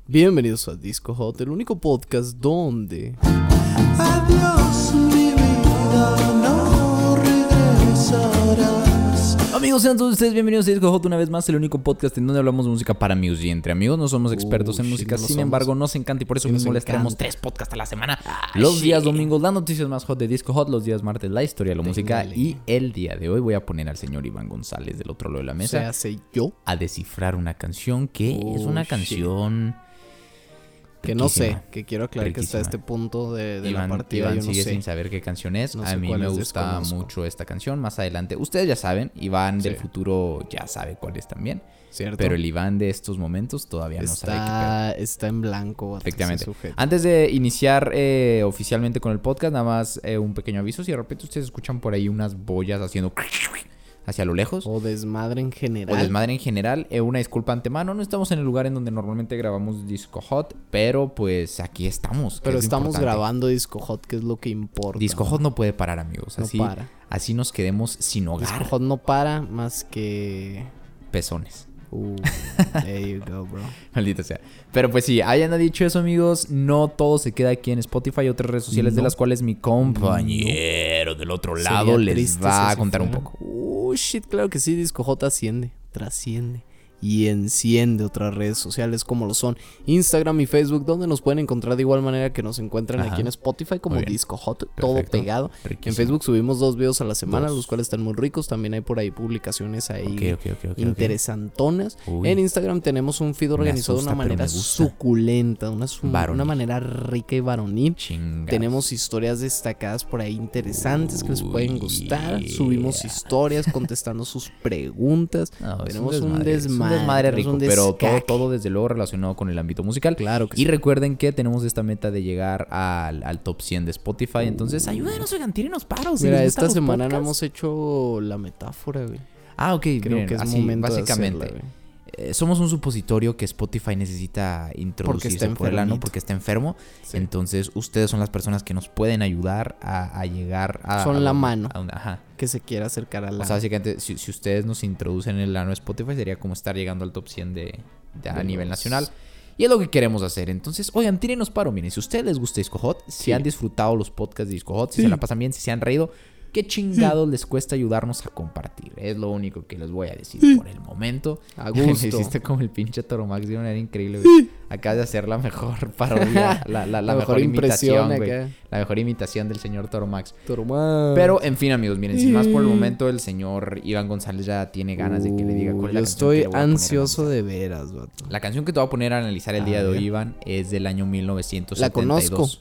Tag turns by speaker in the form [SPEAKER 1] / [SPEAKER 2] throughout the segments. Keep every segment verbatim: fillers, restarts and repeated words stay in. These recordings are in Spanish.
[SPEAKER 1] Bienvenidos a Disco Hot, el único podcast donde...
[SPEAKER 2] Adiós, mi vida, no regresarás.
[SPEAKER 3] Amigos, sean todos ustedes bienvenidos a Disco Hot una vez más, el único podcast en donde hablamos de música para amigos y entre amigos. No somos expertos
[SPEAKER 1] Uh,
[SPEAKER 3] en
[SPEAKER 1] shit,
[SPEAKER 3] música,
[SPEAKER 1] no lo
[SPEAKER 3] sin
[SPEAKER 1] somos.
[SPEAKER 3] embargo nos encanta y por eso
[SPEAKER 1] Sí, nos
[SPEAKER 3] mismo les traemos
[SPEAKER 1] encanta.
[SPEAKER 3] tres podcasts a la semana.
[SPEAKER 1] Ah,
[SPEAKER 3] Los
[SPEAKER 1] shit.
[SPEAKER 3] días domingos, las noticias más hot de Disco Hot, los días martes, la historia de la música.
[SPEAKER 1] Téngale.
[SPEAKER 3] Y el día de hoy voy a poner al señor Iván González del otro lado de la
[SPEAKER 1] O
[SPEAKER 3] mesa
[SPEAKER 1] sea, sé yo,
[SPEAKER 3] a descifrar una canción que
[SPEAKER 1] Oh,
[SPEAKER 3] es una
[SPEAKER 1] shit.
[SPEAKER 3] canción...
[SPEAKER 1] que no sé,
[SPEAKER 3] riquísima.
[SPEAKER 1] que quiero aclarar que está a
[SPEAKER 3] Riquísima.
[SPEAKER 1] este punto de, de
[SPEAKER 3] Iván,
[SPEAKER 1] la partida,
[SPEAKER 3] Iván
[SPEAKER 1] yo no
[SPEAKER 3] sigue
[SPEAKER 1] sé.
[SPEAKER 3] sin saber qué canción es.
[SPEAKER 1] No
[SPEAKER 3] a
[SPEAKER 1] sé
[SPEAKER 3] mí
[SPEAKER 1] cuál
[SPEAKER 3] me
[SPEAKER 1] es,
[SPEAKER 3] gusta
[SPEAKER 1] desconozco.
[SPEAKER 3] mucho esta canción. Más adelante, ustedes ya saben, Iván del
[SPEAKER 1] Sí.
[SPEAKER 3] futuro ya sabe cuál es también.
[SPEAKER 1] ¿Cierto?
[SPEAKER 3] Pero el Iván de estos momentos todavía no sabe qué pedo.
[SPEAKER 1] está, está en blanco. vato,
[SPEAKER 3] Efectivamente.
[SPEAKER 1] ese sujeto.
[SPEAKER 3] Antes de iniciar eh, oficialmente con el podcast, nada más eh, un pequeño aviso. Si de repente ustedes escuchan por ahí unas boyas haciendo hacia lo lejos
[SPEAKER 1] O desmadre en general.
[SPEAKER 3] o desmadre en general, eh, una disculpa antemano. No estamos en el lugar en donde normalmente grabamos Disco Hot, pero pues aquí estamos. que
[SPEAKER 1] Pero
[SPEAKER 3] es lo
[SPEAKER 1] estamos
[SPEAKER 3] importante.
[SPEAKER 1] grabando Disco Hot, que es lo que importa.
[SPEAKER 3] Disco Hot no puede parar, amigos.
[SPEAKER 1] No
[SPEAKER 3] Así,
[SPEAKER 1] para.
[SPEAKER 3] así nos quedemos sin hogar.
[SPEAKER 1] Disco Hot no para más que...
[SPEAKER 3] Pezones.
[SPEAKER 1] Uh, there you go, bro.
[SPEAKER 3] Maldita sea. Pero pues sí, hayan dicho eso, amigos. No todo se queda aquí en Spotify y otras redes sociales de
[SPEAKER 1] No.
[SPEAKER 3] las cuales mi compañero del otro lado
[SPEAKER 1] Sería
[SPEAKER 3] les
[SPEAKER 1] triste
[SPEAKER 3] va
[SPEAKER 1] si
[SPEAKER 3] a
[SPEAKER 1] así
[SPEAKER 3] contar un
[SPEAKER 1] fuera.
[SPEAKER 3] poco.
[SPEAKER 1] Uh, shit, claro que sí, Disco J asciende, trasciende y enciende otras redes sociales como lo son Instagram y Facebook, donde nos pueden encontrar de igual manera que nos encuentran
[SPEAKER 3] Ajá.
[SPEAKER 1] aquí en Spotify como
[SPEAKER 3] Muy bien.
[SPEAKER 1] Disco Hot, todo
[SPEAKER 3] Perfecto.
[SPEAKER 1] pegado.
[SPEAKER 3] Riquísimo.
[SPEAKER 1] En Facebook subimos dos videos a la semana,
[SPEAKER 3] Dos.
[SPEAKER 1] los cuales están muy ricos. También hay por ahí publicaciones ahí
[SPEAKER 3] Ok, ok, ok, ok, ok.
[SPEAKER 1] interesantonas.
[SPEAKER 3] Uy.
[SPEAKER 1] En Instagram tenemos un feed
[SPEAKER 3] Me
[SPEAKER 1] organizado de
[SPEAKER 3] asusta,
[SPEAKER 1] una
[SPEAKER 3] pero
[SPEAKER 1] manera
[SPEAKER 3] me gusta.
[SPEAKER 1] suculenta, una, su-
[SPEAKER 3] Varonil.
[SPEAKER 1] una manera rica y varonil.
[SPEAKER 3] Chingas.
[SPEAKER 1] Tenemos historias destacadas por ahí interesantes que les pueden
[SPEAKER 3] Uy,
[SPEAKER 1] gustar.
[SPEAKER 3] yeah.
[SPEAKER 1] Subimos historias contestando sus preguntas.
[SPEAKER 3] No, es
[SPEAKER 1] Tenemos
[SPEAKER 3] un
[SPEAKER 1] un
[SPEAKER 3] desmadre, es un
[SPEAKER 1] desmadre,
[SPEAKER 3] desmadre
[SPEAKER 1] tenemos
[SPEAKER 3] rico,
[SPEAKER 1] un
[SPEAKER 3] pero todo,
[SPEAKER 1] descaque.
[SPEAKER 3] todo desde luego relacionado con el ámbito musical.
[SPEAKER 1] Claro que
[SPEAKER 3] Y
[SPEAKER 1] sí.
[SPEAKER 3] recuerden que tenemos esta meta de llegar al, al top cien de Spotify. Entonces, ayúdenos, oigan, tírenos paros. si
[SPEAKER 1] Mira,
[SPEAKER 3] les gustan
[SPEAKER 1] esta
[SPEAKER 3] los
[SPEAKER 1] semana no
[SPEAKER 3] podcasts.
[SPEAKER 1] hemos hecho la metáfora, güey.
[SPEAKER 3] Ah, ok,
[SPEAKER 1] Creo
[SPEAKER 3] miren,
[SPEAKER 1] que es
[SPEAKER 3] así,
[SPEAKER 1] momento
[SPEAKER 3] básicamente.
[SPEAKER 1] de hacerla, güey.
[SPEAKER 3] Eh, somos un supositorio que Spotify necesita introducirse
[SPEAKER 1] está
[SPEAKER 3] por el ano
[SPEAKER 1] enfermito.
[SPEAKER 3] porque está enfermo.
[SPEAKER 1] Sí.
[SPEAKER 3] Entonces, ustedes son las personas que nos pueden ayudar a, a llegar a...
[SPEAKER 1] Son
[SPEAKER 3] a
[SPEAKER 1] la
[SPEAKER 3] un-
[SPEAKER 1] mano.
[SPEAKER 3] a un- ajá.
[SPEAKER 1] Que se quiera acercar a la...
[SPEAKER 3] O sea, básicamente, si, si ustedes nos introducen en el ano de Spotify, sería como estar llegando al top cien de, de- a
[SPEAKER 1] De
[SPEAKER 3] nivel
[SPEAKER 1] los-
[SPEAKER 3] nacional. Y es lo que queremos hacer. Entonces, oigan, tírenos paro. Miren, si a ustedes les gusta Disco Hot, si
[SPEAKER 1] Sí.
[SPEAKER 3] han disfrutado los podcasts de Disco Hot, si
[SPEAKER 1] Sí.
[SPEAKER 3] se la pasan bien, si se han reído, ¿qué chingados les cuesta ayudarnos a compartir? Es lo único que les voy a decir por el momento.
[SPEAKER 1] A
[SPEAKER 3] Me
[SPEAKER 1] gusto.
[SPEAKER 3] hiciste como el pinche Toromax de una manera increíble, güey. Acabas de hacer la mejor parodia, la, la, la mejor, imitación, güey.
[SPEAKER 1] acá.
[SPEAKER 3] La mejor imitación del señor Toromax.
[SPEAKER 1] Toromás.
[SPEAKER 3] Pero, en fin, amigos, miren, sin más por el momento, el señor Iván González ya tiene ganas de que le diga cuál es la
[SPEAKER 1] Yo
[SPEAKER 3] canción que
[SPEAKER 1] estoy
[SPEAKER 3] le voy a poner a
[SPEAKER 1] ansioso
[SPEAKER 3] analizar.
[SPEAKER 1] de veras, vato.
[SPEAKER 3] La canción que te voy a poner a analizar el
[SPEAKER 1] A
[SPEAKER 3] día de hoy,
[SPEAKER 1] ver.
[SPEAKER 3] Iván, es del año mil novecientos
[SPEAKER 1] La
[SPEAKER 3] setenta y dos.
[SPEAKER 1] conozco.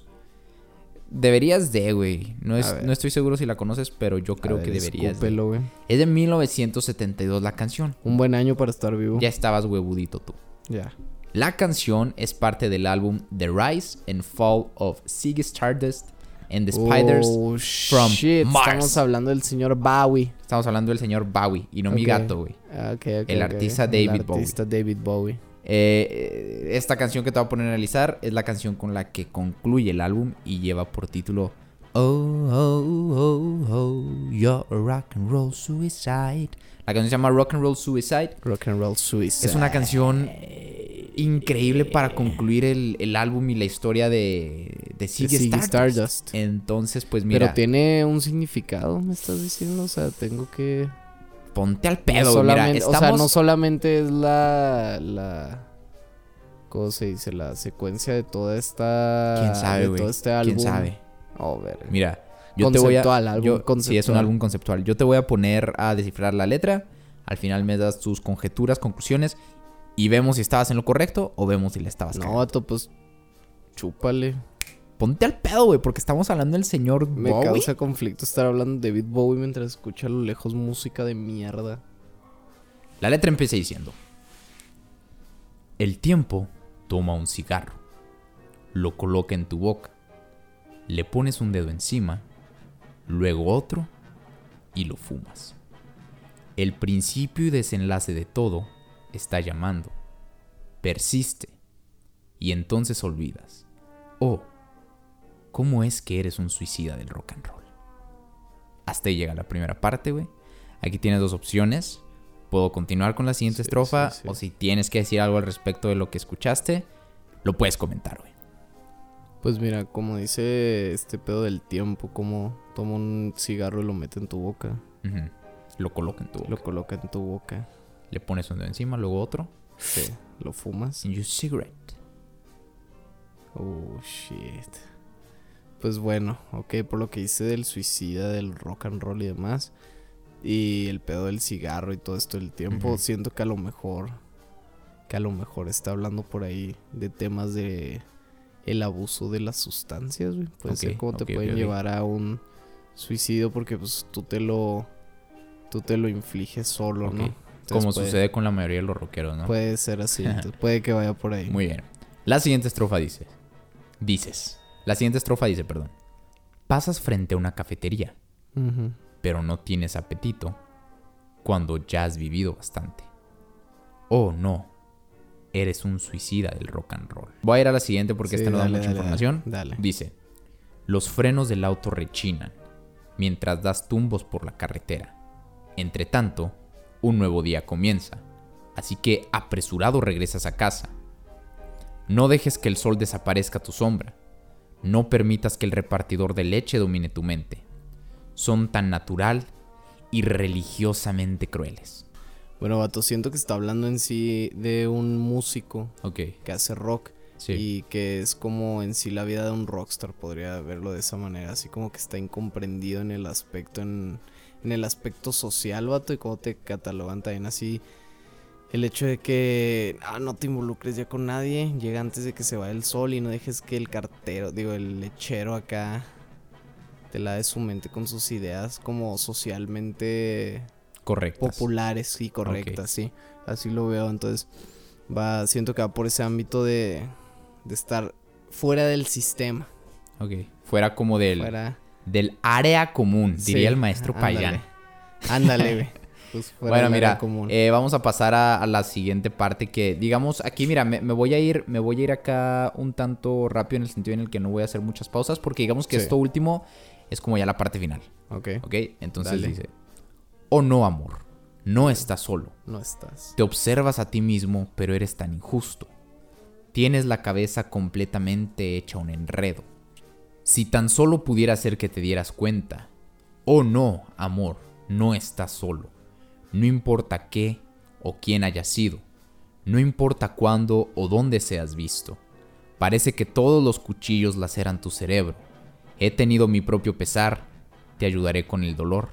[SPEAKER 3] Deberías de, güey. No, es,
[SPEAKER 1] A ver.
[SPEAKER 3] no estoy seguro si la conoces, pero yo creo
[SPEAKER 1] A
[SPEAKER 3] que
[SPEAKER 1] ver,
[SPEAKER 3] deberías de.
[SPEAKER 1] escúpelo, güey.
[SPEAKER 3] Es de mil novecientos setenta y dos la canción.
[SPEAKER 1] Un buen año para estar vivo.
[SPEAKER 3] Ya estabas huevudito tú.
[SPEAKER 1] Ya.
[SPEAKER 3] La canción es parte del álbum The Rise and Fall of Ziggy Stardust and the Spiders.
[SPEAKER 1] Oh,
[SPEAKER 3] from
[SPEAKER 1] shit.
[SPEAKER 3] Mars.
[SPEAKER 1] Estamos hablando del señor Bowie.
[SPEAKER 3] Estamos hablando del señor Bowie y no mi
[SPEAKER 1] Ok.
[SPEAKER 3] gato, güey.
[SPEAKER 1] Ah, ok, ok,
[SPEAKER 3] El
[SPEAKER 1] ok.
[SPEAKER 3] artista
[SPEAKER 1] El
[SPEAKER 3] David Bowie.
[SPEAKER 1] artista David Bowie.
[SPEAKER 3] Eh, eh, esta canción que te voy a poner a analizar es la canción con la que concluye el álbum y lleva por título Oh, oh, oh, oh, you're a rock and roll suicide. La canción se llama Rock and Roll Suicide.
[SPEAKER 1] Rock and Roll Suicide.
[SPEAKER 3] Es una canción increíble para concluir el, el álbum y la historia de, de Ziggy
[SPEAKER 1] Ziggy
[SPEAKER 3] Stardust.
[SPEAKER 1] Stardust.
[SPEAKER 3] Entonces, pues mira,
[SPEAKER 1] Pero tiene un significado, me estás diciendo. O sea, tengo que.
[SPEAKER 3] ponte al
[SPEAKER 1] No
[SPEAKER 3] pedo, güey. Mira,
[SPEAKER 1] solamente-
[SPEAKER 3] estamos...
[SPEAKER 1] O sea, no solamente es la. la ¿Cómo se dice? La secuencia de toda esta.
[SPEAKER 3] ¿Quién sabe,
[SPEAKER 1] de
[SPEAKER 3] güey?
[SPEAKER 1] todo este álbum.
[SPEAKER 3] ¿Quién sabe?
[SPEAKER 1] Oh, verga.
[SPEAKER 3] Mira, yo te voy a...
[SPEAKER 1] Conceptual, álbum
[SPEAKER 3] yo- Sí, es un
[SPEAKER 1] conceptual.
[SPEAKER 3] álbum conceptual. Yo te voy a poner a descifrar la letra. Al final me das tus conjeturas, conclusiones. Y vemos si estabas en lo correcto o vemos si le estabas
[SPEAKER 1] No,
[SPEAKER 3] cagando.
[SPEAKER 1] vato, pues. Chúpale.
[SPEAKER 3] Ponte al pedo, güey, porque estamos hablando del señor
[SPEAKER 1] Me
[SPEAKER 3] Bowie.
[SPEAKER 1] causa conflicto estar hablando de David Bowie mientras escucho a lo lejos música de mierda.
[SPEAKER 3] La letra empieza diciendo: El tiempo toma un cigarro, lo coloca en tu boca, le pones un dedo encima, luego otro y lo fumas. El principio y desenlace de todo está llamando. Persiste y entonces olvidas. Oh, ¿cómo es que eres un suicida del rock and roll? Hasta ahí llega la primera parte, güey. Aquí tienes dos opciones. Puedo continuar con la siguiente
[SPEAKER 1] Sí,
[SPEAKER 3] estrofa.
[SPEAKER 1] sí, sí.
[SPEAKER 3] O si tienes que decir algo al respecto de lo que escuchaste, lo puedes comentar, güey.
[SPEAKER 1] Pues mira, como dice este pedo del tiempo, como toma un cigarro y lo mete en tu boca,
[SPEAKER 3] Ujú. Lo coloca en tu boca.
[SPEAKER 1] lo coloca en tu boca,
[SPEAKER 3] Le pones un dedo encima, luego otro.
[SPEAKER 1] sí, lo fumas.
[SPEAKER 3] In your cigarette.
[SPEAKER 1] Oh, shit. Pues bueno, ok, por lo que hice del suicida, del rock and roll y demás, y el pedo del cigarro y todo esto del tiempo,
[SPEAKER 3] Ujú.
[SPEAKER 1] siento que a lo mejor, que a lo mejor está hablando por ahí de temas de el abuso de las sustancias, güey. Puede
[SPEAKER 3] Ok,
[SPEAKER 1] ser como te
[SPEAKER 3] ok,
[SPEAKER 1] pueden
[SPEAKER 3] ok, ok.
[SPEAKER 1] llevar a un suicidio porque pues tú te lo, tú te lo infliges solo,
[SPEAKER 3] Ok.
[SPEAKER 1] ¿no? Entonces,
[SPEAKER 3] Como
[SPEAKER 1] puede,
[SPEAKER 3] sucede con la mayoría de los rockeros, ¿no?
[SPEAKER 1] Puede ser así, entonces puede que vaya por ahí.
[SPEAKER 3] Muy bien. La siguiente estrofa dice. Dices. La siguiente estrofa dice, perdón. Pasas frente a una cafetería,
[SPEAKER 1] Ujú.
[SPEAKER 3] pero no tienes apetito cuando ya has vivido bastante. Oh, no. Eres un suicida del rock and roll. Voy a ir a la siguiente porque
[SPEAKER 1] Sí,
[SPEAKER 3] esta no da
[SPEAKER 1] dale,
[SPEAKER 3] mucha
[SPEAKER 1] dale,
[SPEAKER 3] información.
[SPEAKER 1] dale, dale.
[SPEAKER 3] Dice. Los frenos del auto rechinan mientras das tumbos por la carretera. Entre tanto, un nuevo día comienza. Así que apresurado regresas a casa. No dejes que el sol desaparezca tu sombra. No permitas que el repartidor de leche domine tu mente. Son tan natural y religiosamente crueles.
[SPEAKER 1] Bueno, vato, siento que está hablando en sí de un músico
[SPEAKER 3] Ok,
[SPEAKER 1] que hace rock
[SPEAKER 3] sí.
[SPEAKER 1] y que es como en sí la vida de un rockstar, podría verlo de esa manera, así como que está incomprendido en el aspecto en, en el aspecto social, vato, y cómo te catalogan también así el hecho de que ah, no te involucres ya con nadie, llega antes de que se vaya el sol y no dejes que el cartero, digo, el lechero acá te la de su mente con sus ideas como socialmente
[SPEAKER 3] Correctas.
[SPEAKER 1] populares y correctas, sí, así lo veo. Entonces va, siento que va por ese ámbito de, de estar fuera del sistema,
[SPEAKER 3] Ok. Fuera como del,
[SPEAKER 1] fuera,
[SPEAKER 3] del área común,
[SPEAKER 1] sí,
[SPEAKER 3] diría el maestro
[SPEAKER 1] ándale.
[SPEAKER 3] Payán.
[SPEAKER 1] Ándale, güey. Pues fuera
[SPEAKER 3] Bueno,
[SPEAKER 1] del
[SPEAKER 3] mira,
[SPEAKER 1] área común.
[SPEAKER 3] eh, vamos a pasar a, a la siguiente parte que, digamos, aquí, mira, me, me voy a ir, me voy a ir acá un tanto rápido en el sentido en el que no voy a hacer muchas pausas, porque digamos que
[SPEAKER 1] Sí.
[SPEAKER 3] esto último es como ya la parte final,
[SPEAKER 1] Ok,
[SPEAKER 3] ¿ok? Entonces
[SPEAKER 1] Dale.
[SPEAKER 3] dice, oh no, amor, no estás solo.
[SPEAKER 1] no estás.
[SPEAKER 3] Te observas a ti mismo, pero eres tan injusto. Tienes la cabeza completamente hecha un enredo. Si tan solo pudiera ser que te dieras cuenta. Oh no, amor, no estás solo. No importa qué o quién hayas sido. No importa cuándo o dónde seas visto. Parece que todos los cuchillos laceran tu cerebro. He tenido mi propio pesar. Te ayudaré con el dolor.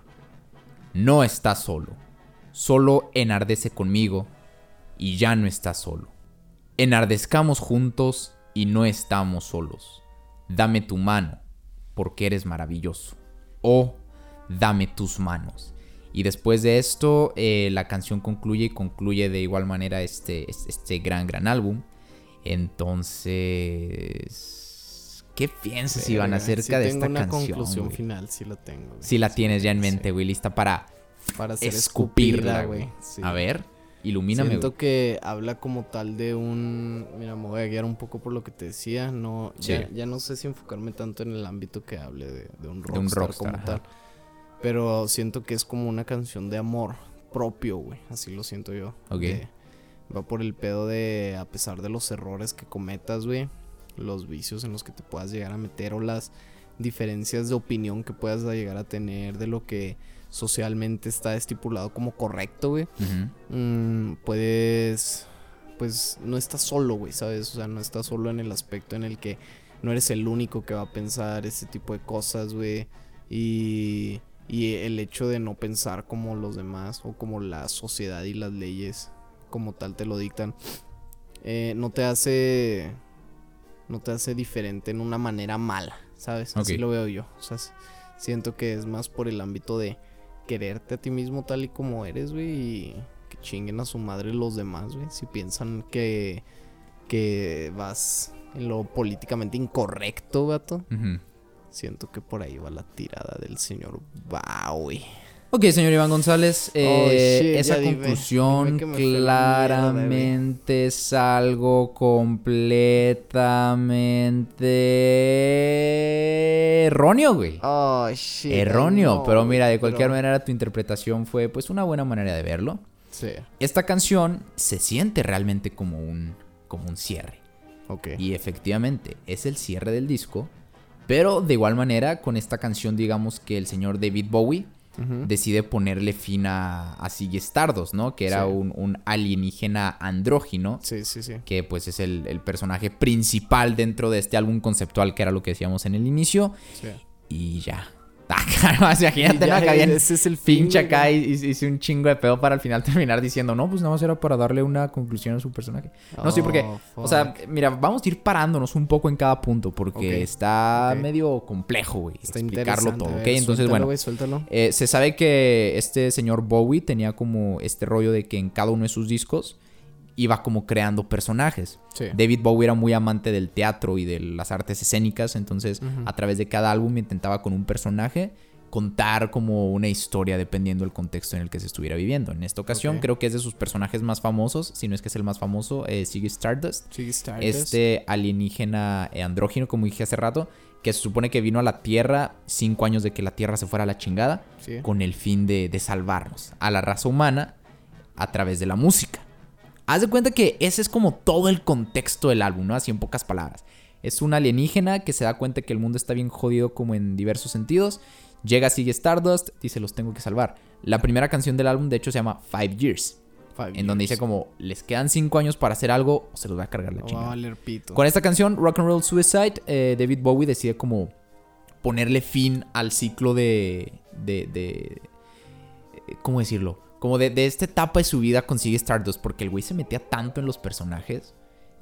[SPEAKER 3] No estás solo. Solo enardece conmigo y ya no estás solo. Enardezcamos juntos y no estamos solos. Dame tu mano, porque eres maravilloso. O dame tus manos. Y después de esto, eh, la canción concluye y concluye de igual manera este, este gran, gran álbum. Entonces, ¿qué piensas, Iván,
[SPEAKER 1] Verga,
[SPEAKER 3] acerca
[SPEAKER 1] sí
[SPEAKER 3] de
[SPEAKER 1] tengo
[SPEAKER 3] esta
[SPEAKER 1] una
[SPEAKER 3] canción?
[SPEAKER 1] conclusión
[SPEAKER 3] güey?
[SPEAKER 1] final, sí la tengo, güey.
[SPEAKER 3] Si la
[SPEAKER 1] Sí,
[SPEAKER 3] tienes ya en
[SPEAKER 1] sí.
[SPEAKER 3] mente, güey, lista para
[SPEAKER 1] Para ser
[SPEAKER 3] escupirla,
[SPEAKER 1] escupida,
[SPEAKER 3] güey.
[SPEAKER 1] Sí.
[SPEAKER 3] A ver, ilumíname,
[SPEAKER 1] Siento
[SPEAKER 3] güey.
[SPEAKER 1] que habla como tal de un... Mira, me voy a guiar un poco por lo que te decía. No, ya,
[SPEAKER 3] Sí.
[SPEAKER 1] ya no sé si enfocarme tanto en el ámbito que hable de, de un rockstar,
[SPEAKER 3] De un rockstar,
[SPEAKER 1] como
[SPEAKER 3] ajá.
[SPEAKER 1] tal. Pero siento que es como una canción de amor propio, güey. Así lo siento yo.
[SPEAKER 3] Ok.
[SPEAKER 1] De- va por el pedo de, a pesar de los errores que cometas, güey, los vicios en los que te puedas llegar a meter o las diferencias de opinión que puedas llegar a tener de lo que socialmente está estipulado como correcto, güey.
[SPEAKER 3] Ujú.
[SPEAKER 1] Mm, puedes, pues no estás solo, güey, ¿sabes? O sea, no estás solo en el aspecto en el que no eres el único que va a pensar ese tipo de cosas, güey. Y, y el hecho de no pensar como los demás o como la sociedad y las leyes como tal te lo dictan, eh, no te hace, no te hace diferente en una manera mala, ¿sabes? Así
[SPEAKER 3] Ok.
[SPEAKER 1] lo veo yo. O sea, s- siento que es más por el ámbito de quererte a ti mismo tal y como eres, güey, y que chinguen a su madre los demás, güey, si piensan que, que vas en lo políticamente incorrecto, vato.
[SPEAKER 3] Ujú.
[SPEAKER 1] Siento que por ahí va la tirada del señor Bowie.
[SPEAKER 3] Ok, señor Iván González, eh,
[SPEAKER 1] shit,
[SPEAKER 3] esa
[SPEAKER 1] ya dime,
[SPEAKER 3] conclusión
[SPEAKER 1] dime que me fue la mierda,
[SPEAKER 3] claramente es algo completamente erróneo, güey.
[SPEAKER 1] Oh, shit.
[SPEAKER 3] Erróneo,
[SPEAKER 1] no,
[SPEAKER 3] pero mira, de
[SPEAKER 1] güey,
[SPEAKER 3] cualquier
[SPEAKER 1] pero-
[SPEAKER 3] manera tu interpretación fue pues una buena manera de verlo.
[SPEAKER 1] Sí.
[SPEAKER 3] Esta canción se siente realmente como un, como un cierre.
[SPEAKER 1] Ok.
[SPEAKER 3] Y efectivamente, es el cierre del disco. Pero de igual manera, con esta canción, digamos que el señor David Bowie
[SPEAKER 1] Ujú.
[SPEAKER 3] decide ponerle fin a, a Ziggy Stardust, ¿no? Que era
[SPEAKER 1] Sí.
[SPEAKER 3] un, un alienígena andrógino.
[SPEAKER 1] Sí, sí, sí.
[SPEAKER 3] Que pues es el, el personaje principal dentro de este álbum conceptual, que era lo que decíamos en el inicio.
[SPEAKER 1] Sí.
[SPEAKER 3] Y ya. Ah, claro, imagínate,
[SPEAKER 1] Y ya,
[SPEAKER 3] ¿no? Acá bien
[SPEAKER 1] ese es el fin,
[SPEAKER 3] pinche
[SPEAKER 1] güey.
[SPEAKER 3] acá y y- hice un chingo de pedo para al final terminar diciendo, no, pues nada más era para darle una conclusión a su personaje. No, sí, porque,
[SPEAKER 1] Oh,
[SPEAKER 3] o sea,
[SPEAKER 1] fuck.
[SPEAKER 3] mira, vamos a ir parándonos un poco en cada punto porque
[SPEAKER 1] Ok,
[SPEAKER 3] está
[SPEAKER 1] ok.
[SPEAKER 3] medio complejo, güey,
[SPEAKER 1] Está
[SPEAKER 3] explicarlo
[SPEAKER 1] interesante.
[SPEAKER 3] todo,
[SPEAKER 1] A
[SPEAKER 3] ¿ok?
[SPEAKER 1] ver,
[SPEAKER 3] Entonces,
[SPEAKER 1] suéltalo,
[SPEAKER 3] bueno,
[SPEAKER 1] güey, suéltalo.
[SPEAKER 3] eh, se sabe que este señor Bowie tenía como este rollo de que en cada uno de sus discos iba como creando personajes.
[SPEAKER 1] Sí.
[SPEAKER 3] David Bowie era muy amante del teatro y de las artes escénicas, entonces
[SPEAKER 1] Ujú.
[SPEAKER 3] a través de cada álbum intentaba con un personaje contar como una historia dependiendo del contexto en el que se estuviera viviendo. En esta ocasión
[SPEAKER 1] Ok.
[SPEAKER 3] creo que es de sus personajes más famosos, si no es que es el más famoso, eh, Ziggy Stardust.
[SPEAKER 1] Sí, Stardust.
[SPEAKER 3] Este alienígena eh, andrógino, como dije hace rato, que se supone que vino a la Tierra cinco años de que la Tierra se fuera a la chingada,
[SPEAKER 1] Sí.
[SPEAKER 3] con el fin de, de salvarnos a la raza humana a través de la música. Haz de cuenta que ese es como todo el contexto del álbum, ¿no? Así en pocas palabras. Es un alienígena que se da cuenta que el mundo está bien jodido como en diversos sentidos. Llega Ziggy Stardust, dice los tengo que salvar. La primera canción del álbum de hecho se llama Five Years.
[SPEAKER 1] Five
[SPEAKER 3] En donde
[SPEAKER 1] years.
[SPEAKER 3] dice como les quedan cinco años para hacer algo o se los va a cargar la
[SPEAKER 1] No va a
[SPEAKER 3] chingada.
[SPEAKER 1] valer pito.
[SPEAKER 3] Con esta canción, Rock and Roll Suicide, eh, David Bowie decide como ponerle fin al ciclo de... de, de eh, ¿cómo decirlo? Como de, de esta etapa de su vida con Ziggy Stardust, porque el güey se metía tanto en los personajes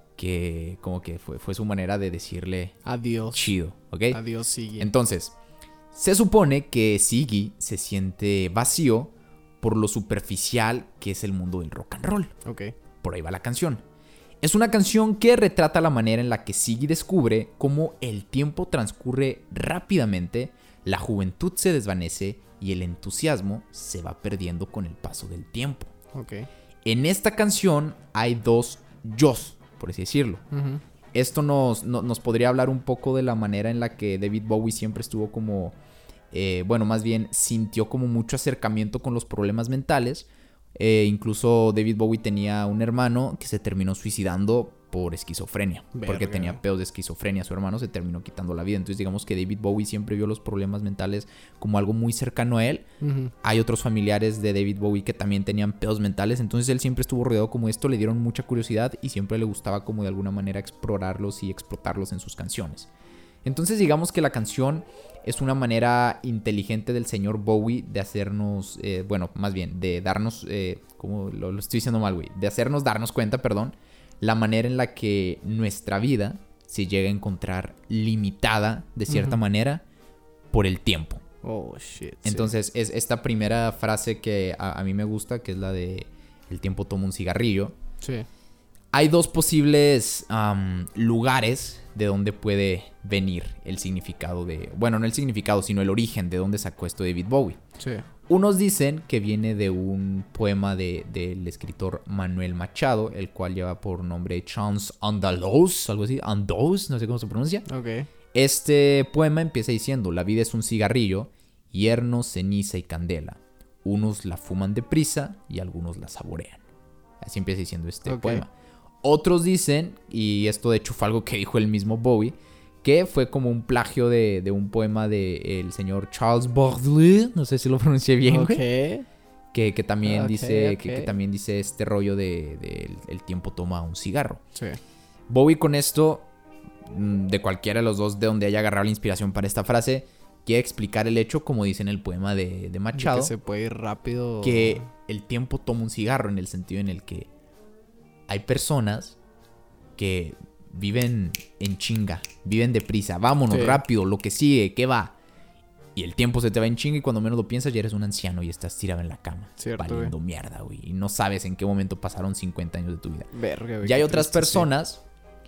[SPEAKER 3] que como que fue, fue su manera de decirle
[SPEAKER 1] Adiós.
[SPEAKER 3] chido, ¿ok?
[SPEAKER 1] Adiós, sigue.
[SPEAKER 3] Entonces, se supone que Ziggy se siente vacío por lo superficial que es el mundo del rock and roll.
[SPEAKER 1] Ok.
[SPEAKER 3] Por ahí va la canción. Es una canción que retrata la manera en la que Ziggy descubre cómo el tiempo transcurre rápidamente, la juventud se desvanece y el entusiasmo se va perdiendo con el paso del tiempo.
[SPEAKER 1] Ok.
[SPEAKER 3] En esta canción hay dos yos, por así decirlo.
[SPEAKER 1] Ujú.
[SPEAKER 3] Esto nos, no- nos podría hablar un poco de la manera en la que David Bowie siempre estuvo como... eh, bueno, más bien sintió como mucho acercamiento con los problemas mentales. Eh, incluso David Bowie tenía un hermano que se terminó suicidando por esquizofrenia. Porque
[SPEAKER 1] Verga.
[SPEAKER 3] tenía pedos de esquizofrenia. Su hermano se terminó quitando la vida. Entonces digamos que David Bowie siempre vio los problemas mentales como algo muy cercano a él.
[SPEAKER 1] Ujú.
[SPEAKER 3] Hay otros familiares de David Bowie que también tenían pedos mentales, entonces él siempre estuvo rodeado como esto, le dieron mucha curiosidad y siempre le gustaba como de alguna manera explorarlos y explotarlos en sus canciones. Entonces digamos que la canción es una manera inteligente del señor Bowie de hacernos, eh, bueno, más bien, de darnos, eh, como lo, lo estoy diciendo mal, güey, de hacernos darnos cuenta, perdón, la manera en la que nuestra vida se llega a encontrar limitada de cierta
[SPEAKER 1] Ujú.
[SPEAKER 3] manera por el tiempo.
[SPEAKER 1] Oh, shit. sí.
[SPEAKER 3] Entonces, es esta primera frase que a, a mí me gusta, que es la de el tiempo toma un cigarrillo.
[SPEAKER 1] Sí.
[SPEAKER 3] Hay dos posibles am, lugares de donde puede venir el significado de... Bueno, no el significado, sino el origen de dónde sacó esto David Bowie.
[SPEAKER 1] Sí.
[SPEAKER 3] Unos dicen que viene de un poema de- del escritor Manuel Machado, el cual lleva por nombre Chants Andalous, algo así, Andalous, no sé cómo se pronuncia.
[SPEAKER 1] Ok.
[SPEAKER 3] Este poema empieza diciendo: la vida es un cigarrillo, hierno, ceniza y candela. Unos la fuman deprisa y algunos la saborean. Así empieza diciendo este
[SPEAKER 1] Ok.
[SPEAKER 3] poema. Otros dicen, y esto de hecho fue algo que dijo el mismo Bowie, que fue como un plagio de, de un poema del señor Charles Baudelaire, no sé si lo pronuncié bien, güey,
[SPEAKER 1] Ok.
[SPEAKER 3] que, que también
[SPEAKER 1] Ok,
[SPEAKER 3] dice
[SPEAKER 1] ok.
[SPEAKER 3] que, que también dice este rollo de, de el, el tiempo toma un cigarro.
[SPEAKER 1] Sí.
[SPEAKER 3] Bowie con esto, mm, de cualquiera de los dos de donde haya agarrado la inspiración para esta frase, quiere explicar el hecho, como dice en el poema de, de Machado,
[SPEAKER 1] De que se puede ir rápido.
[SPEAKER 3] que el tiempo toma un cigarro, en el sentido en el que hay personas que viven en chinga, viven deprisa, vámonos
[SPEAKER 1] Sí.
[SPEAKER 3] rápido, lo que sigue, ¿qué va? Y el tiempo se te va en chinga y cuando menos lo piensas ya eres un anciano y estás tirado en la cama,
[SPEAKER 1] Cierto,
[SPEAKER 3] valiendo mierda, güey, y no sabes en qué momento pasaron cincuenta años de tu vida.
[SPEAKER 1] Verga, güey,
[SPEAKER 3] Y hay
[SPEAKER 1] qué
[SPEAKER 3] otras
[SPEAKER 1] triste,
[SPEAKER 3] personas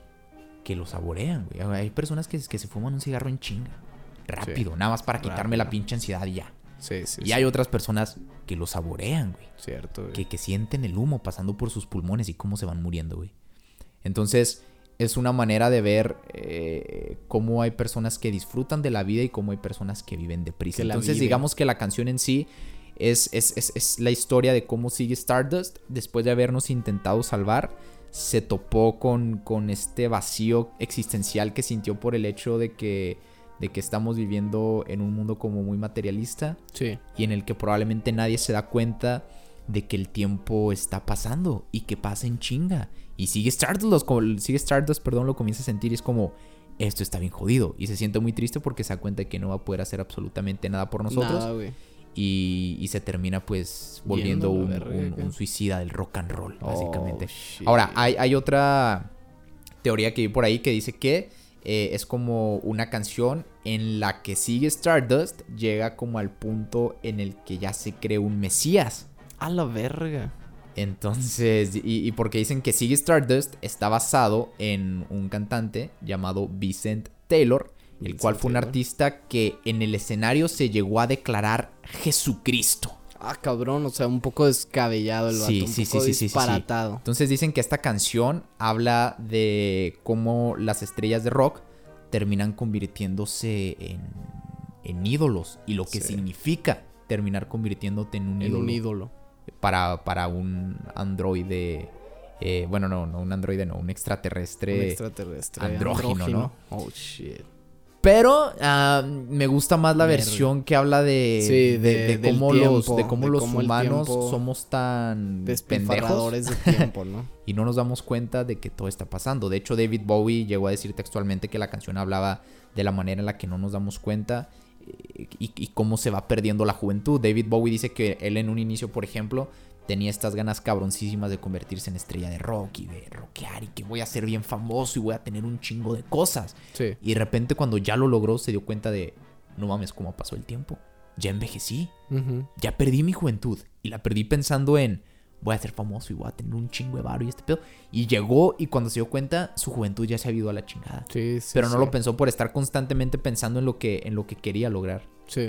[SPEAKER 3] que lo saborean, güey. Hay personas que, que se fuman un cigarro en chinga, rápido,
[SPEAKER 1] Sí.
[SPEAKER 3] nada más para quitarme la
[SPEAKER 1] Rápido.
[SPEAKER 3] pinche ansiedad y ya.
[SPEAKER 1] Sí, sí, sí.
[SPEAKER 3] Y
[SPEAKER 1] sí.
[SPEAKER 3] hay otras personas que lo saborean, güey.
[SPEAKER 1] Cierto, güey.
[SPEAKER 3] Que, que sienten el humo pasando por sus pulmones y cómo se van muriendo, güey. Entonces, es una manera de ver eh, cómo hay personas que disfrutan de la vida y cómo hay personas que viven deprisa.
[SPEAKER 1] Que la
[SPEAKER 3] Entonces,
[SPEAKER 1] viven.
[SPEAKER 3] digamos que la canción en sí es, es, es, es la historia de cómo sigue Stardust después de habernos intentado salvar. se topó con, con este vacío existencial que sintió por el hecho de que, de que estamos viviendo en un mundo como muy materialista.
[SPEAKER 1] Sí.
[SPEAKER 3] Y en el que probablemente nadie se da cuenta de que el tiempo está pasando y que pasa en chinga. Y sigue Stardust, lo, sigue Stardust, perdón, lo comienza a sentir y es como, esto está bien jodido. Y se siente muy triste porque se da cuenta de que no va a poder hacer absolutamente nada por nosotros.
[SPEAKER 1] Nada, güey.
[SPEAKER 3] Y, y se termina pues volviendo
[SPEAKER 1] Yendo a
[SPEAKER 3] un,
[SPEAKER 1] la verga,
[SPEAKER 3] un, un suicida del rock and roll, básicamente.
[SPEAKER 1] Oh, shit.
[SPEAKER 3] Ahora, hay, hay otra teoría que vi por ahí que dice que eh, es como una canción en la que sigue Stardust, llega como al punto en el que ya se cree un mesías.
[SPEAKER 1] A la verga.
[SPEAKER 3] Entonces, y, y porque dicen que Ziggy Stardust está basado en un cantante llamado Vincent Taylor, el
[SPEAKER 1] Vincent
[SPEAKER 3] cual fue un
[SPEAKER 1] Taylor.
[SPEAKER 3] artista que en el escenario se llegó a declarar Jesucristo.
[SPEAKER 1] Ah, cabrón, o sea, un poco descabellado el vato,
[SPEAKER 3] Sí,
[SPEAKER 1] un
[SPEAKER 3] sí,
[SPEAKER 1] poco
[SPEAKER 3] sí, sí, sí, sí, sí.
[SPEAKER 1] disparatado.
[SPEAKER 3] Entonces dicen que esta canción habla de cómo las estrellas de rock terminan convirtiéndose en, en ídolos y lo que
[SPEAKER 1] Sí.
[SPEAKER 3] significa terminar convirtiéndote en un
[SPEAKER 1] En
[SPEAKER 3] ídolo.
[SPEAKER 1] un ídolo.
[SPEAKER 3] Para, para un androide. Eh, bueno, no, no, un androide, no, un extraterrestre.
[SPEAKER 1] Un extraterrestre.
[SPEAKER 3] andrógino, ¿no?
[SPEAKER 1] Oh, shit.
[SPEAKER 3] Pero ah, me gusta más la
[SPEAKER 1] Verga.
[SPEAKER 3] versión que habla de,
[SPEAKER 1] Sí,
[SPEAKER 3] de,
[SPEAKER 1] de-
[SPEAKER 3] de
[SPEAKER 1] del
[SPEAKER 3] cómo los,
[SPEAKER 1] tiempo,
[SPEAKER 3] de cómo
[SPEAKER 1] de
[SPEAKER 3] los
[SPEAKER 1] cómo el
[SPEAKER 3] humanos
[SPEAKER 1] tiempo-
[SPEAKER 3] somos tan pendejos
[SPEAKER 1] Despilfarradores de tiempo, ¿no?
[SPEAKER 3] y no nos damos cuenta de que todo está pasando. De hecho, David Bowie llegó a decir textualmente que la canción hablaba de la manera en la que no nos damos cuenta eh, y, y cómo se va perdiendo la juventud. David Bowie dice que él en un inicio, por ejemplo, tenía estas ganas cabroncísimas de convertirse en estrella de rock y de rockear y que voy a ser bien famoso y voy a tener un chingo de cosas.
[SPEAKER 1] Sí.
[SPEAKER 3] Y de repente cuando ya lo logró se dio cuenta de, no mames, cómo pasó el tiempo. Ya envejecí,
[SPEAKER 1] Ujú.
[SPEAKER 3] ya perdí mi juventud y la perdí pensando en, voy a ser famoso y voy a tener un chingo de varo y este pedo. Y llegó y cuando se dio cuenta, su juventud ya se había ido a la chingada.
[SPEAKER 1] Sí, sí,
[SPEAKER 3] Pero no
[SPEAKER 1] sí.
[SPEAKER 3] lo pensó por estar constantemente pensando en lo que, en lo que quería lograr.
[SPEAKER 1] Sí.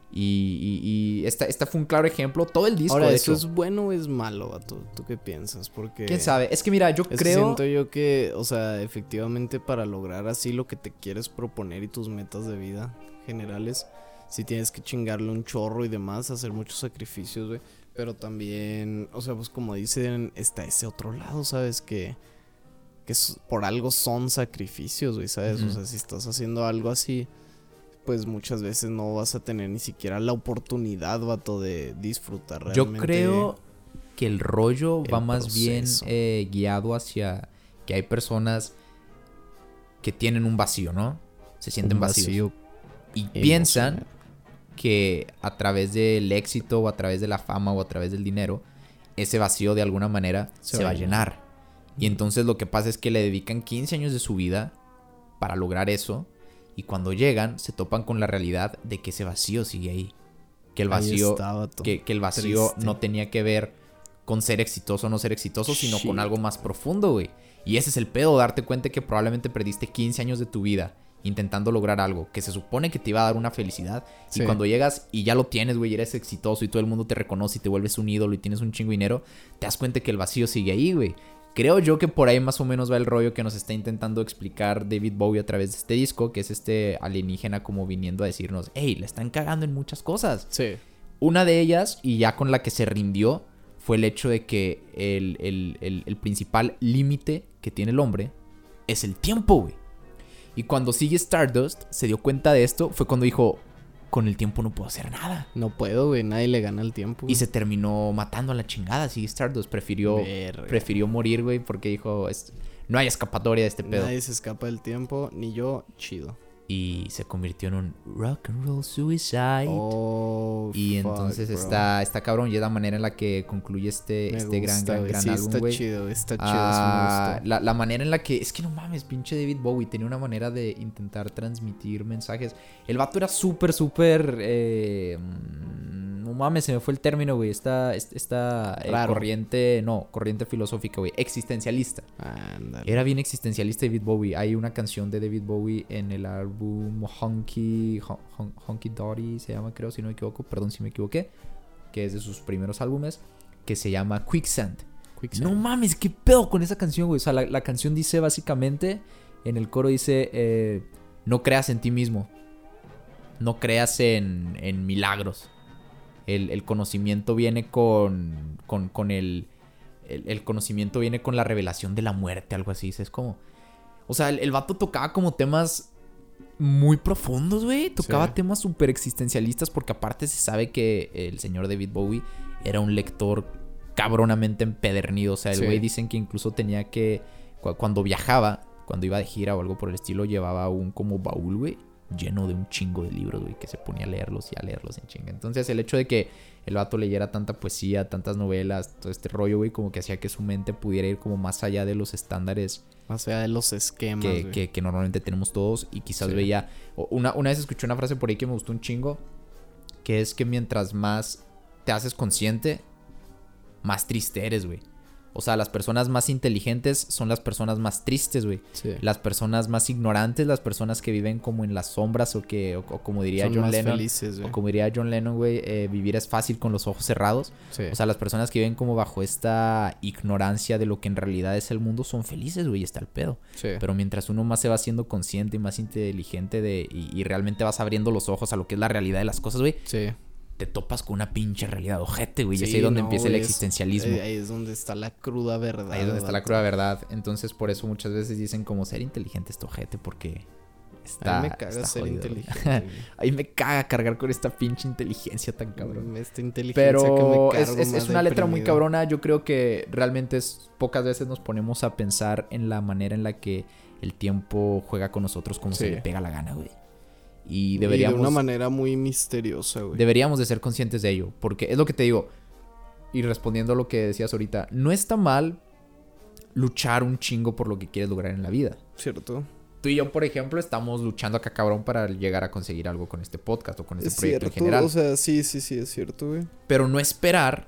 [SPEAKER 3] Y, y, y esta, esta fue un claro ejemplo. Todo el disco,
[SPEAKER 1] Ahora,
[SPEAKER 3] de
[SPEAKER 1] ¿eso
[SPEAKER 3] hecho.
[SPEAKER 1] es bueno o es malo, vato? ¿Tú qué piensas? Porque...
[SPEAKER 3] ¿Quién sabe? Es que mira, yo
[SPEAKER 1] Es que
[SPEAKER 3] creo...
[SPEAKER 1] siento yo que, o sea, efectivamente para lograr así lo que te quieres proponer y tus metas de vida generales, sí tienes que chingarle un chorro y demás, hacer muchos sacrificios, güey. Pero también, o sea, pues como dicen, está ese otro lado, ¿sabes? Que, que es- por algo son sacrificios, güey, ¿sabes?
[SPEAKER 3] Ujú.
[SPEAKER 1] O sea, si estás haciendo algo así, pues muchas veces no vas a tener ni siquiera la oportunidad, vato, de disfrutar realmente.
[SPEAKER 3] Yo creo que el rollo
[SPEAKER 1] el
[SPEAKER 3] va más bien
[SPEAKER 1] proceso.
[SPEAKER 3] eh, guiado hacia que hay personas que tienen un vacío, ¿no? Se sienten
[SPEAKER 1] un
[SPEAKER 3] vacíos.
[SPEAKER 1] vacío
[SPEAKER 3] Y piensan
[SPEAKER 1] emocional.
[SPEAKER 3] que a través del éxito o a través de la fama o a través del dinero, ese vacío de alguna manera se, va a llenar. Y entonces lo que pasa es que le dedican quince años de su vida para lograr eso. Y cuando llegan, se topan con la realidad de que ese vacío sigue ahí. Que el
[SPEAKER 1] Ahí
[SPEAKER 3] vacío,
[SPEAKER 1] está, vato.
[SPEAKER 3] que, que el vacío
[SPEAKER 1] Triste.
[SPEAKER 3] no tenía que ver con ser exitoso o no ser exitoso, sino
[SPEAKER 1] Shit.
[SPEAKER 3] con algo más profundo, güey. Y ese es el pedo, darte cuenta que probablemente perdiste quince años de tu vida intentando lograr algo que se supone que te iba a dar una felicidad.
[SPEAKER 1] Sí.
[SPEAKER 3] Y cuando llegas y ya lo tienes, güey, y eres exitoso y todo el mundo te reconoce y te vuelves un ídolo y tienes un chingo de dinero, te das cuenta que el vacío sigue ahí, güey. Creo yo que por ahí más o menos va el rollo que nos está intentando explicar David Bowie a través de este disco, que es este alienígena como viniendo a decirnos, hey, le están cagando en muchas cosas.
[SPEAKER 1] Sí.
[SPEAKER 3] Una de ellas, y ya con la que se rindió, fue el hecho de que el, el, el, el principal límite que tiene el hombre es el tiempo, güey. Y cuando sigue Stardust se dio cuenta de esto, fue cuando dijo, con el tiempo no puedo hacer nada.
[SPEAKER 1] No puedo, güey. Nadie le gana el tiempo.
[SPEAKER 3] Y se terminó matando a la chingada. Sigue Stardust prefirió,
[SPEAKER 1] Verga.
[SPEAKER 3] prefirió morir, güey, porque dijo, "Es- no hay escapatoria de este pedo.
[SPEAKER 1] Nadie se escapa del tiempo, ni yo, chido.
[SPEAKER 3] Y se convirtió en un rock and roll suicide.
[SPEAKER 1] Oh,
[SPEAKER 3] Y
[SPEAKER 1] fuck,
[SPEAKER 3] entonces
[SPEAKER 1] bro.
[SPEAKER 3] está, está cabrón. Y es la manera en la que concluye este,
[SPEAKER 1] Me
[SPEAKER 3] este gran,
[SPEAKER 1] gusta,
[SPEAKER 3] gran,
[SPEAKER 1] güey.
[SPEAKER 3] gran
[SPEAKER 1] Sí,
[SPEAKER 3] álbum,
[SPEAKER 1] está
[SPEAKER 3] güey.
[SPEAKER 1] chido, está chido.
[SPEAKER 3] Ah,
[SPEAKER 1] eso me gustó.
[SPEAKER 3] la, la manera en la que... Es que no mames, pinche David Bowie tenía una manera de intentar transmitir mensajes. El vato era súper, súper... eh, mm, no mames, se me fue el término, güey. Esta, esta eh,
[SPEAKER 1] Raro.
[SPEAKER 3] corriente... No, corriente filosófica, güey. Existencialista.
[SPEAKER 1] Ándale.
[SPEAKER 3] Era bien existencialista David Bowie. Hay una canción de David Bowie en el álbum Honky... Hon- Hon- Honky Dory se llama, creo, si no me equivoco. Perdón si me equivoqué. Que es de sus primeros álbumes. Que se llama Quicksand.
[SPEAKER 1] Quicksand.
[SPEAKER 3] No mames, qué pedo con esa canción, güey. O sea, la, la canción dice básicamente, en el coro dice, eh, no creas en ti mismo. No creas en, en milagros. El, el conocimiento viene con, con, con el... el, el conocimiento viene con la revelación de la muerte, algo así. Es como... O sea, el, el vato tocaba como temas muy profundos, güey. Tocaba
[SPEAKER 1] Sí.
[SPEAKER 3] temas súper existencialistas porque aparte se sabe que el señor David Bowie era un lector cabronamente empedernido. O sea, el
[SPEAKER 1] Sí.
[SPEAKER 3] güey dicen que incluso tenía que... cu- Cuando viajaba, cuando iba de gira o algo por el estilo, llevaba un como baúl, güey, lleno de un chingo de libros, güey, que se ponía a leerlos y a leerlos en chinga. Entonces, el hecho de que el vato leyera tanta poesía, tantas novelas, todo este rollo, güey, como que hacía que su mente pudiera ir como más allá de los estándares
[SPEAKER 1] Más allá de los esquemas,
[SPEAKER 3] que,
[SPEAKER 1] güey.
[SPEAKER 3] que, que normalmente tenemos todos. Y quizás
[SPEAKER 1] Sí.
[SPEAKER 3] veía... o Una, una vez escuché una frase por ahí que me gustó un chingo, que es que mientras más te haces consciente, más triste eres, güey. O sea, las personas más inteligentes son las personas más tristes, güey.
[SPEAKER 1] Sí.
[SPEAKER 3] Las personas más ignorantes, las personas que viven como en las sombras o que, o, o como diría
[SPEAKER 1] Son
[SPEAKER 3] John
[SPEAKER 1] más
[SPEAKER 3] Lennon,
[SPEAKER 1] felices, güey.
[SPEAKER 3] o como diría John Lennon, güey, eh, vivir es fácil con los ojos cerrados.
[SPEAKER 1] Sí.
[SPEAKER 3] O sea, las personas que viven como bajo esta ignorancia de lo que en realidad es el mundo son felices, güey, y está el pedo.
[SPEAKER 1] Sí.
[SPEAKER 3] Pero mientras uno más se va siendo consciente y más inteligente de y, y realmente vas abriendo los ojos a lo que es la realidad de las cosas, güey,
[SPEAKER 1] Sí.
[SPEAKER 3] te topas con una pinche realidad ojete, güey. y es
[SPEAKER 1] Sí,
[SPEAKER 3] ahí donde
[SPEAKER 1] no,
[SPEAKER 3] empieza el
[SPEAKER 1] güey, es-
[SPEAKER 3] existencialismo.
[SPEAKER 1] Ahí, ahí es donde está la cruda verdad.
[SPEAKER 3] Ahí es donde está la
[SPEAKER 1] vato.
[SPEAKER 3] cruda verdad. Entonces, por eso muchas veces dicen como ser inteligente es tojete, porque está.
[SPEAKER 1] A mí me caga
[SPEAKER 3] está
[SPEAKER 1] ser
[SPEAKER 3] jodido, güey.
[SPEAKER 1] inteligente. güey.
[SPEAKER 3] A mí me caga cargar con esta pinche inteligencia tan cabrón.
[SPEAKER 1] Esta inteligencia que me
[SPEAKER 3] Pero
[SPEAKER 1] cargo
[SPEAKER 3] es, es-
[SPEAKER 1] más
[SPEAKER 3] es una letra muy
[SPEAKER 1] deprimido.
[SPEAKER 3] cabrona. Yo creo que realmente es, pocas veces nos ponemos a pensar en la manera en la que el tiempo juega con nosotros como se
[SPEAKER 1] Sí.
[SPEAKER 3] le pega la gana, güey. Y
[SPEAKER 1] Y
[SPEAKER 3] deberíamos.
[SPEAKER 1] de una manera muy misteriosa, güey.
[SPEAKER 3] Deberíamos de ser conscientes de ello. Porque es lo que te digo. Y respondiendo a lo que decías ahorita. No está mal luchar un chingo por lo que quieres lograr en la vida.
[SPEAKER 1] ¿Cierto?
[SPEAKER 3] Tú y yo, por ejemplo, estamos luchando acá cabrón para llegar a conseguir algo con este podcast o con este
[SPEAKER 1] Es
[SPEAKER 3] proyecto
[SPEAKER 1] cierto.
[SPEAKER 3] en general.
[SPEAKER 1] O sea, sí, sí, sí, es cierto, güey.
[SPEAKER 3] Pero no esperar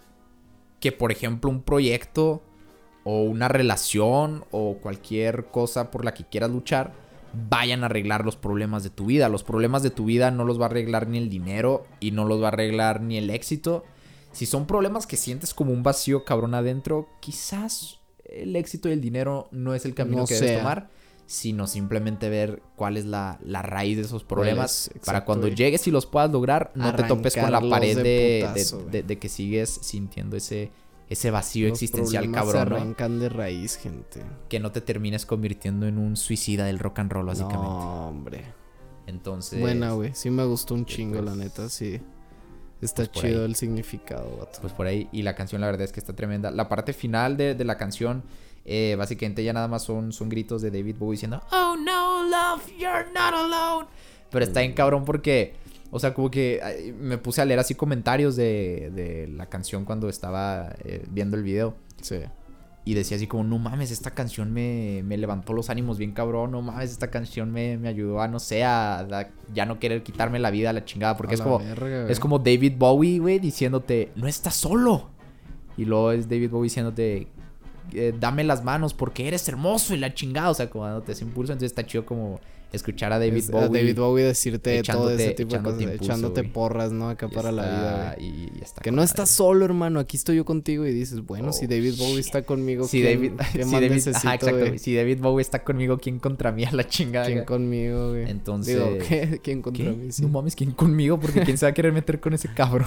[SPEAKER 3] que, por ejemplo, un proyecto o una relación o cualquier cosa por la que quieras luchar vayan a arreglar los problemas de tu vida. Los problemas de tu vida no los va a arreglar ni el dinero y no los va a arreglar ni el éxito. Si son problemas que sientes como un vacío cabrón adentro, quizás el éxito y el dinero no es el camino
[SPEAKER 1] No
[SPEAKER 3] que debes
[SPEAKER 1] sea.
[SPEAKER 3] tomar, sino simplemente ver cuál es la, la raíz de esos problemas
[SPEAKER 1] Pues,
[SPEAKER 3] para
[SPEAKER 1] exacto,
[SPEAKER 3] cuando
[SPEAKER 1] güey.
[SPEAKER 3] llegues y los puedas lograr, no te topes con la
[SPEAKER 1] Arrancarlos
[SPEAKER 3] pared
[SPEAKER 1] de
[SPEAKER 3] de,
[SPEAKER 1] putazo,
[SPEAKER 3] de-
[SPEAKER 1] güey.
[SPEAKER 3] de- de que sigues sintiendo ese, ese vacío
[SPEAKER 1] Los
[SPEAKER 3] existencial
[SPEAKER 1] problemas
[SPEAKER 3] cabrón,
[SPEAKER 1] se
[SPEAKER 3] ¿no?
[SPEAKER 1] arrancan de raíz, gente.
[SPEAKER 3] Que no te termines convirtiendo en un suicida del rock and roll, básicamente.
[SPEAKER 1] No, hombre.
[SPEAKER 3] Entonces,
[SPEAKER 1] Buena, güey. Sí me gustó un
[SPEAKER 3] pues,
[SPEAKER 1] chingo,
[SPEAKER 3] pues,
[SPEAKER 1] la neta, sí. Está
[SPEAKER 3] pues, por
[SPEAKER 1] chido
[SPEAKER 3] ahí.
[SPEAKER 1] el significado, vato.
[SPEAKER 3] pues por ahí. Y la canción, la verdad es que está tremenda. La parte final de, de la canción, eh, básicamente ya nada más son, son gritos de David Bowie diciendo, oh no, love, you're not alone. Pero está bien cabrón porque, o sea, como que ay, me puse a leer así comentarios de, de la canción cuando estaba eh, viendo el video.
[SPEAKER 1] Sí.
[SPEAKER 3] Y decía así como, no mames, esta canción me, me levantó los ánimos bien cabrón. No mames, esta canción me, me ayudó a, no sé, a, a ya no querer quitarme la vida a la chingada. Porque
[SPEAKER 1] A
[SPEAKER 3] es
[SPEAKER 1] la
[SPEAKER 3] como,
[SPEAKER 1] verga, güey.
[SPEAKER 3] es como David Bowie, güey, diciéndote, no estás solo. Y luego es David Bowie diciéndote, eh, dame las manos porque eres hermoso y la chingada. O sea, como dándote ese impulso. Entonces está chido como escuchar a David
[SPEAKER 1] Es-
[SPEAKER 3] Bowie.
[SPEAKER 1] a David Bowie decirte todo
[SPEAKER 3] echándote-
[SPEAKER 1] ese tipo de
[SPEAKER 3] echándote
[SPEAKER 1] cosas,
[SPEAKER 3] impulso,
[SPEAKER 1] echándote
[SPEAKER 3] güey.
[SPEAKER 1] porras, ¿no? Acá
[SPEAKER 3] y
[SPEAKER 1] para la
[SPEAKER 3] está-
[SPEAKER 1] vida, güey.
[SPEAKER 3] y- y está
[SPEAKER 1] Que
[SPEAKER 3] con
[SPEAKER 1] no
[SPEAKER 3] madre.
[SPEAKER 1] estás solo, hermano. Aquí estoy yo contigo. Y dices, bueno, si
[SPEAKER 3] Oh,
[SPEAKER 1] David Bowie
[SPEAKER 3] shit.
[SPEAKER 1] está conmigo,
[SPEAKER 3] Si
[SPEAKER 1] ¿quién,
[SPEAKER 3] David,
[SPEAKER 1] ¿qué
[SPEAKER 3] si
[SPEAKER 1] más
[SPEAKER 3] David-
[SPEAKER 1] necesito,
[SPEAKER 3] ajá, exacto.
[SPEAKER 1] güey?
[SPEAKER 3] Si David Bowie está conmigo, ¿quién contra mí a la chingada?
[SPEAKER 1] ¿Quién conmigo, güey?
[SPEAKER 3] Entonces,
[SPEAKER 1] Digo, ¿qué? ¿Quién contra
[SPEAKER 3] ¿qué?
[SPEAKER 1] mí? Sí.
[SPEAKER 3] No mames, ¿quién conmigo? Porque quién se va a querer meter con ese cabrón.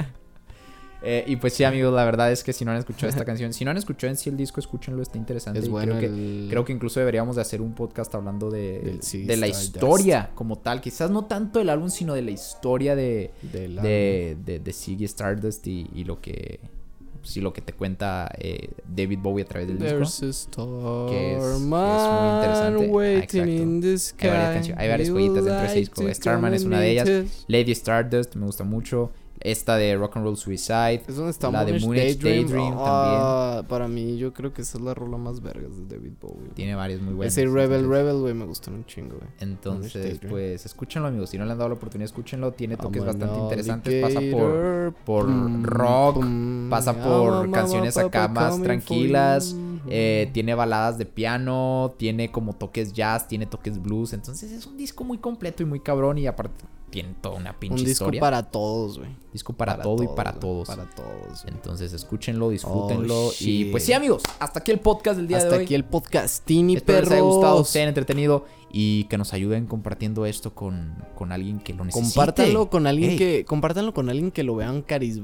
[SPEAKER 3] Eh, y pues sí, amigos, la verdad es que si no han escuchado esta canción, si no han escuchado en sí el disco, escúchenlo, está interesante.
[SPEAKER 1] Es
[SPEAKER 3] y
[SPEAKER 1] bueno
[SPEAKER 3] creo que,
[SPEAKER 1] el...
[SPEAKER 3] creo que incluso deberíamos de hacer un podcast hablando de,
[SPEAKER 1] Del Ziggy
[SPEAKER 3] de la
[SPEAKER 1] Stardust.
[SPEAKER 3] historia como tal. Quizás no tanto del álbum, sino de la historia de,
[SPEAKER 1] del
[SPEAKER 3] de, de, de Ziggy Stardust y, y lo que sí, lo que te cuenta eh, David Bowie a través del disco.
[SPEAKER 1] There's a star
[SPEAKER 3] que es- es muy
[SPEAKER 1] man
[SPEAKER 3] interesante. Ah,
[SPEAKER 1] waiting
[SPEAKER 3] exacto.
[SPEAKER 1] in the sky.
[SPEAKER 3] Hay varias canciones- hay varias
[SPEAKER 1] We
[SPEAKER 3] joyitas
[SPEAKER 1] would
[SPEAKER 3] dentro de ese
[SPEAKER 1] like
[SPEAKER 3] disco.
[SPEAKER 1] to
[SPEAKER 3] Starman
[SPEAKER 1] come
[SPEAKER 3] es
[SPEAKER 1] and
[SPEAKER 3] una de
[SPEAKER 1] meet
[SPEAKER 3] ellas.
[SPEAKER 1] us.
[SPEAKER 3] Lady Stardust me gusta mucho. Esta de Rock and Roll Suicide.
[SPEAKER 1] Es donde está
[SPEAKER 3] La de
[SPEAKER 1] Moonage
[SPEAKER 3] Moonage
[SPEAKER 1] Daydream.
[SPEAKER 3] Daydream
[SPEAKER 1] Ah, para mí, yo creo que esa es la rola más vergas de David Bowie.
[SPEAKER 3] Tiene varias muy buenas.
[SPEAKER 1] Ese Rebel
[SPEAKER 3] entonces-
[SPEAKER 1] Rebel, güey, me gustan un chingo, güey.
[SPEAKER 3] Entonces,
[SPEAKER 1] Moonage Daydream.
[SPEAKER 3] pues escúchenlo, amigos. Si no le han dado la oportunidad, escúchenlo. Tiene toques
[SPEAKER 1] I'm an
[SPEAKER 3] bastante interesantes. Pasa por,
[SPEAKER 1] alligator,
[SPEAKER 3] por
[SPEAKER 1] pum,
[SPEAKER 3] rock,
[SPEAKER 1] pum,
[SPEAKER 3] pasa
[SPEAKER 1] yeah,
[SPEAKER 3] por
[SPEAKER 1] mama,
[SPEAKER 3] canciones
[SPEAKER 1] papa
[SPEAKER 3] acá más
[SPEAKER 1] coming
[SPEAKER 3] tranquilas.
[SPEAKER 1] for you.
[SPEAKER 3] eh, tiene baladas de piano. Tiene como toques jazz. Tiene toques blues. Entonces es un disco muy completo y muy cabrón. Y aparte tiene toda una pinche
[SPEAKER 1] Un disco
[SPEAKER 3] historia.
[SPEAKER 1] para todos, güey.
[SPEAKER 3] Disco para, todo y para
[SPEAKER 1] güey,
[SPEAKER 3] todos.
[SPEAKER 1] Para todos. güey.
[SPEAKER 3] Entonces escúchenlo, disfrútenlo.
[SPEAKER 1] Oh,
[SPEAKER 3] y
[SPEAKER 1] shit.
[SPEAKER 3] pues sí, amigos, hasta aquí el podcast del día
[SPEAKER 1] Hasta
[SPEAKER 3] de hoy.
[SPEAKER 1] aquí el podcastini,
[SPEAKER 3] Espero les
[SPEAKER 1] perros.
[SPEAKER 3] haya gustado, se hayan entretenido y que nos ayuden compartiendo esto con, con alguien que lo necesite.
[SPEAKER 1] Compártanlo con alguien
[SPEAKER 3] Ey.
[SPEAKER 1] que compártanlo con alguien que lo vean carizbajo.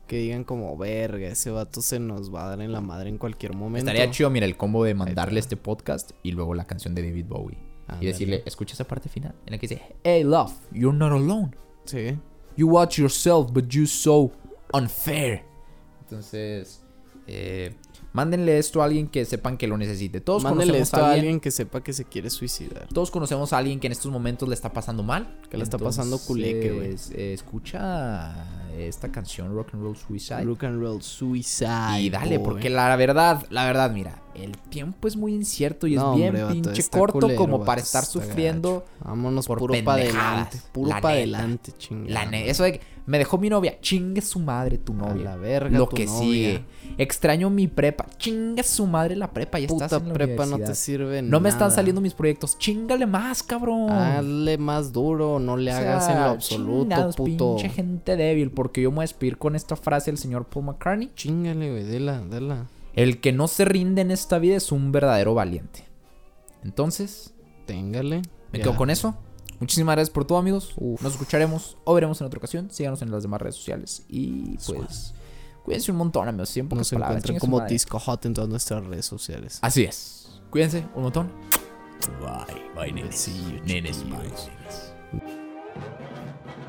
[SPEAKER 1] que digan como, verga, ese vato se nos va a dar en la madre en cualquier momento.
[SPEAKER 3] Estaría chido, mira, el combo de mandarle este podcast y luego la canción de David Bowie.
[SPEAKER 1] Ándale.
[SPEAKER 3] Y decirle, escucha esa parte final en la que dice, hey, love, you're not alone.
[SPEAKER 1] Sí.
[SPEAKER 3] You watch yourself, but you so unfair. Entonces, eh, mándenle esto a alguien que sepan que lo necesite. Todos
[SPEAKER 1] Mándenle
[SPEAKER 3] conocemos
[SPEAKER 1] esto
[SPEAKER 3] a
[SPEAKER 1] a
[SPEAKER 3] alguien,
[SPEAKER 1] alguien que sepa que se quiere suicidar.
[SPEAKER 3] todos conocemos a alguien que en estos momentos le está pasando mal.
[SPEAKER 1] Que le está pasando culeque, güey.
[SPEAKER 3] Eh, escucha esta canción, Rock and Roll Suicide.
[SPEAKER 1] Rock and Roll Suicide.
[SPEAKER 3] Y dale,
[SPEAKER 1] boy.
[SPEAKER 3] porque la verdad, la verdad, mira, el tiempo es muy incierto y
[SPEAKER 1] No,
[SPEAKER 3] es bien
[SPEAKER 1] hombre, vato,
[SPEAKER 3] pinche
[SPEAKER 1] está
[SPEAKER 3] corto
[SPEAKER 1] culero,
[SPEAKER 3] como
[SPEAKER 1] vato,
[SPEAKER 3] para estar
[SPEAKER 1] está
[SPEAKER 3] sufriendo.
[SPEAKER 1] gacho. Vámonos
[SPEAKER 3] por
[SPEAKER 1] puro para
[SPEAKER 3] pendejadas,
[SPEAKER 1] adelante. Puro
[SPEAKER 3] la
[SPEAKER 1] para
[SPEAKER 3] neta.
[SPEAKER 1] adelante, chingada.
[SPEAKER 3] La ne- eso de que me dejó mi novia, chingue su madre tu novia.
[SPEAKER 1] la verga
[SPEAKER 3] Lo
[SPEAKER 1] tu
[SPEAKER 3] que
[SPEAKER 1] novia.
[SPEAKER 3] sigue. Extraño mi prepa, chingue su madre la prepa, ya
[SPEAKER 1] Puta
[SPEAKER 3] estás en la
[SPEAKER 1] prepa no
[SPEAKER 3] universidad.
[SPEAKER 1] te sirve
[SPEAKER 3] No me están
[SPEAKER 1] nada.
[SPEAKER 3] saliendo mis proyectos, chingale más, cabrón.
[SPEAKER 1] Hazle más duro, no le
[SPEAKER 3] O
[SPEAKER 1] hagas
[SPEAKER 3] sea,
[SPEAKER 1] en lo absoluto,
[SPEAKER 3] chingados,
[SPEAKER 1] puto.
[SPEAKER 3] pinche gente débil, porque yo me voy a despedir con esta frase del señor Paul McCartney.
[SPEAKER 1] Chíngale, güey, dela, dela.
[SPEAKER 3] El que no se rinde en esta vida es un verdadero valiente. Entonces,
[SPEAKER 1] Téngale.
[SPEAKER 3] me
[SPEAKER 1] ya.
[SPEAKER 3] quedo con eso. Muchísimas gracias por todo, amigos.
[SPEAKER 1] Uf.
[SPEAKER 3] Nos escucharemos o veremos en otra ocasión. Síganos en las demás redes sociales. Y pues, cuídense un montón, amigos. Siempre
[SPEAKER 1] Nos encuentran como Disco Hot en todas nuestras redes sociales.
[SPEAKER 3] Así es. Cuídense un montón. Bye, bye, nenes.
[SPEAKER 1] Besillo,
[SPEAKER 3] Nenes,
[SPEAKER 1] chiquillos.
[SPEAKER 3] bye, nenes.